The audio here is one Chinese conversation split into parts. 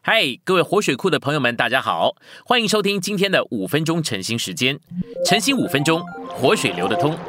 嗨，各位活水库的朋友们，大家好，欢迎收听今天的5分钟晨兴时间。晨兴5分钟，活水流得通。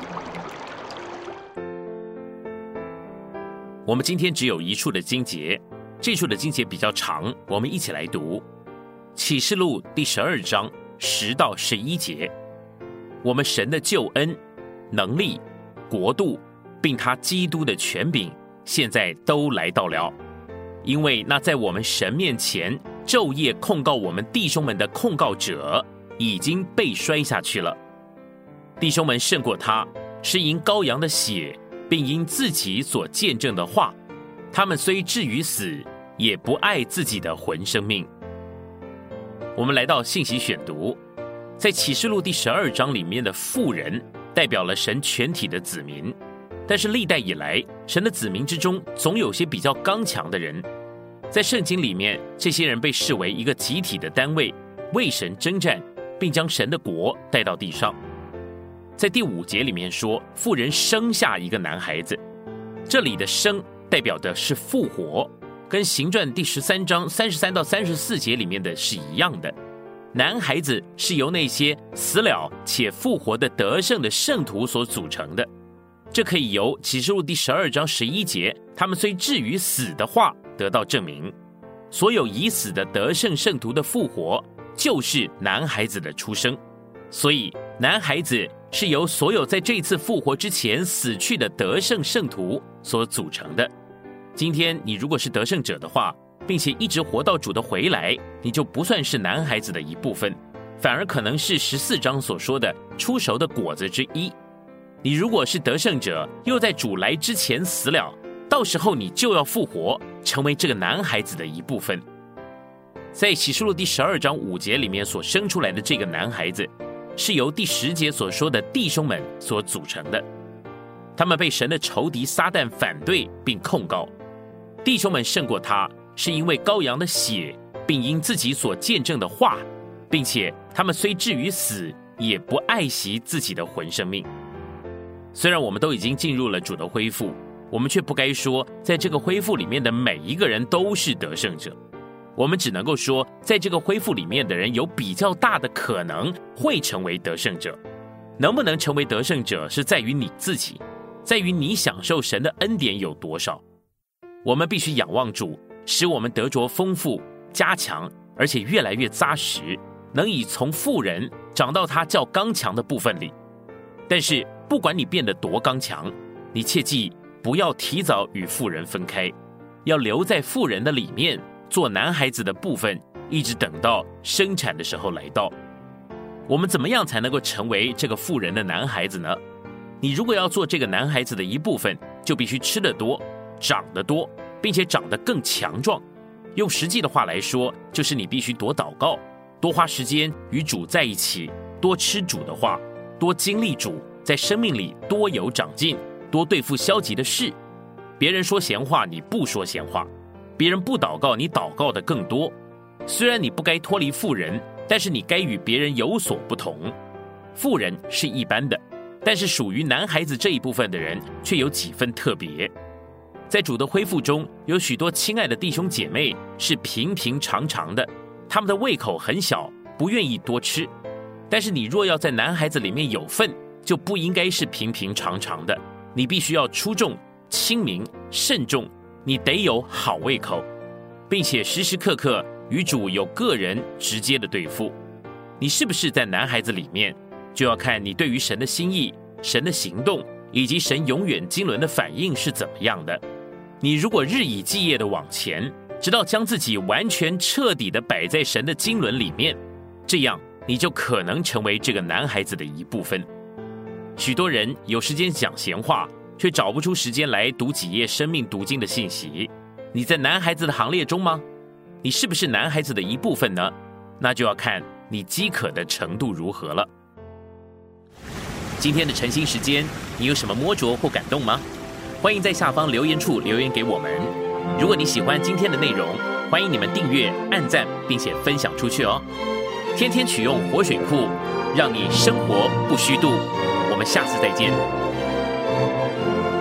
我们今天只有一处的经节，这处的经节比较长，我们一起来读启示录第12章10到11节。我们神的救恩、能力、国度，并他基督的权柄，现在都来到了。因为那在我们神面前昼夜控告我们弟兄们的控告者，已经被摔下去了。弟兄们胜过他，是因羔羊的血，并因自己所见证的话。他们虽至于死，也不爱自己的魂生命。我们来到信息选读，在启示录第12章里面的妇人，代表了神全体的子民。但是历代以来，神的子民之中，总有些比较刚强的人。在圣经里面，这些人被视为一个集体的单位，为神征战，并将神的国带到地上。在第5节里面说，妇人生下一个男孩子，这里的生代表的是复活，跟行传第13章33到34节里面的是一样的。男孩子是由那些死了且复活的得胜的圣徒所组成的。这可以由启示录第12章11节，他们虽至于死的话得到证明。所有已死的得胜圣徒的复活，就是男孩子的出生。所以男孩子是由所有在这次复活之前死去的得胜圣徒所组成的。今天你如果是得胜者的话，并且一直活到主的回来，你就不算是男孩子的一部分，反而可能是14章所说的出熟的果子之一。你如果是得胜者，又在主来之前死了，到时候你就要复活，成为这个男孩子的一部分。在启示录第12章5节里面所生出来的这个男孩子，是由第10节所说的弟兄们所组成的。他们被神的仇敌撒旦反对并控告。弟兄们胜过他，是因为羔羊的血，并因自己所见证的话，并且他们虽至于死，也不爱惜自己的魂生命。虽然我们都已经进入了主的恢复，我们却不该说在这个恢复里面的每一个人都是得胜者。我们只能够说，在这个恢复里面的人有比较大的可能会成为得胜者。能不能成为得胜者，是在于你自己，在于你享受神的恩典有多少。我们必须仰望主，使我们得着丰富、加强，而且越来越扎实，能以从妇人长到他较刚强的部分里。但是不管你变得多刚强，你切记不要提早与妇人分开，要留在妇人的里面，做男孩子的部分，一直等到生产的时候来到。我们怎么样才能够成为这个妇人的男孩子呢？你如果要做这个男孩子的一部分，就必须吃得多，长得多，并且长得更强壮。用实际的话来说，就是你必须多祷告，多花时间与主在一起，多吃主的话，多经历主，在生命里多有长进，多对付消极的事。别人说闲话，你不说闲话；别人不祷告，你祷告的更多。虽然你不该脱离妇人，但是你该与别人有所不同。妇人是一般的，但是属于男孩子这一部分的人却有几分特别。在主的恢复中，有许多亲爱的弟兄姐妹是平平常常的，他们的胃口很小，不愿意多吃。但是你若要在男孩子里面有份，就不应该是平平常常的，你必须要出众、亲民、慎重，你得有好胃口，并且时时刻刻与主有个人直接的对付。你是不是在男孩子里面，就要看你对于神的心意、神的行动，以及神永远经纶的反应是怎么样的。你如果日以继夜的往前，直到将自己完全彻底的摆在神的经纶里面，这样你就可能成为这个男孩子的一部分。许多人有时间讲闲话，却找不出时间来读几页生命读经的信息。你在男孩子的行列中吗？你是不是男孩子的一部分呢？那就要看你饥渴的程度如何了。今天的晨兴时间，你有什么摸着或感动吗？欢迎在下方留言处留言给我们。如果你喜欢今天的内容，欢迎你们订阅、按赞，并且分享出去哦。天天取用活水库，让你生活不虚度。我们下次再见。